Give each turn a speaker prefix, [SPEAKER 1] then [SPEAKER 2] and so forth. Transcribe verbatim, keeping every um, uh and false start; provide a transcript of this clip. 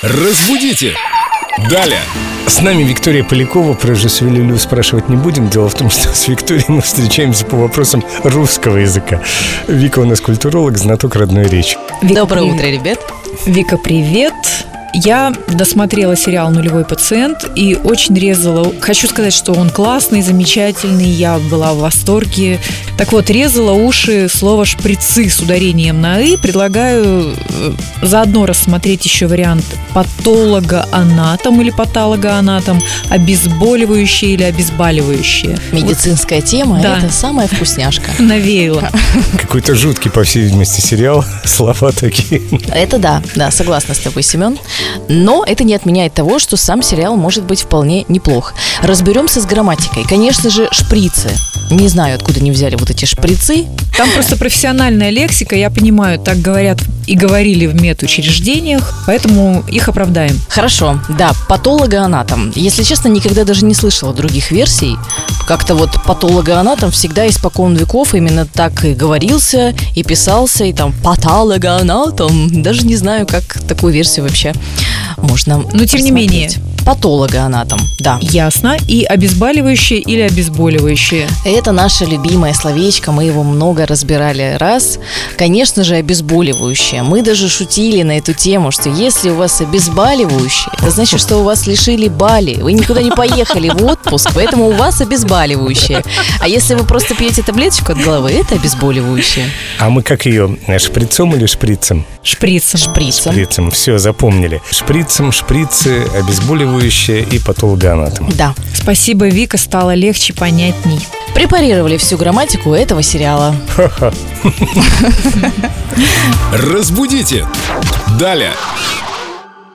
[SPEAKER 1] Разбудите! Далее!
[SPEAKER 2] С нами Виктория Полякова. Про Жюсю Люлю спрашивать не будем. Дело в том, что с Викторией мы встречаемся по вопросам русского языка. Вика у нас культуролог, знаток родной речи.
[SPEAKER 3] Вика,
[SPEAKER 4] Доброе
[SPEAKER 3] привет.
[SPEAKER 4] утро, ребят.
[SPEAKER 3] Вика, привет. Я досмотрела сериал «Нулевой пациент» и очень резала. Хочу сказать, что он классный, замечательный. Я была в восторге. Так вот, резала уши слово «шприцы» с ударением на «и». Предлагаю заодно рассмотреть еще вариант патологоанатом или патологоанатом, обезболивающее или обезболивающее.
[SPEAKER 4] Медицинская тема
[SPEAKER 3] Да.
[SPEAKER 4] – это самая вкусняшка.
[SPEAKER 3] Навеяла.
[SPEAKER 2] Какой-то жуткий, по всей видимости, сериал. Слова такие.
[SPEAKER 4] Это да, да, согласна с тобой, Семен. Но это не отменяет того, что сам сериал может быть вполне неплох. Разберемся с грамматикой. Конечно же, шприцы. Не знаю, откуда они взяли вот эти шприцы.
[SPEAKER 3] Там просто профессиональная лексика, я понимаю, так говорят и говорили в медучреждениях, поэтому их оправдаем.
[SPEAKER 4] Хорошо, да, патологоанатом. Если честно, никогда даже не слышала других версий. Как-то вот патологоанатом всегда испокон веков именно так и говорился, и писался, и там патологоанатом. Даже не знаю, как такую версию вообще можно
[SPEAKER 3] Но тем не менее.
[SPEAKER 4] Патологоанатом, да.
[SPEAKER 3] Ясно. И обезболивающее или обезболивающее?
[SPEAKER 4] Это наше любимое словечко, мы его много разбирали раз. Конечно же, обезболивающее. Мы даже шутили на эту тему, что если у вас обезболивающее, это значит, что у вас лишили Бали. Вы никуда не поехали в отпуск, поэтому у вас обезболивающее. А если вы просто пьете таблеточку от головы, это обезболивающее.
[SPEAKER 2] А мы как ее? Шприцом или шприцем?
[SPEAKER 3] Шприцем.
[SPEAKER 4] Шприцем.
[SPEAKER 2] Шприцем. Все, запомнили. Шприцем, шприцы, обезболивающее и патологоанатом.
[SPEAKER 4] Да.
[SPEAKER 3] Спасибо, Вика, стало легче, понятней.
[SPEAKER 4] Препарировали всю грамматику этого сериала.
[SPEAKER 2] Ха-ха.
[SPEAKER 1] Разбудите! Далее!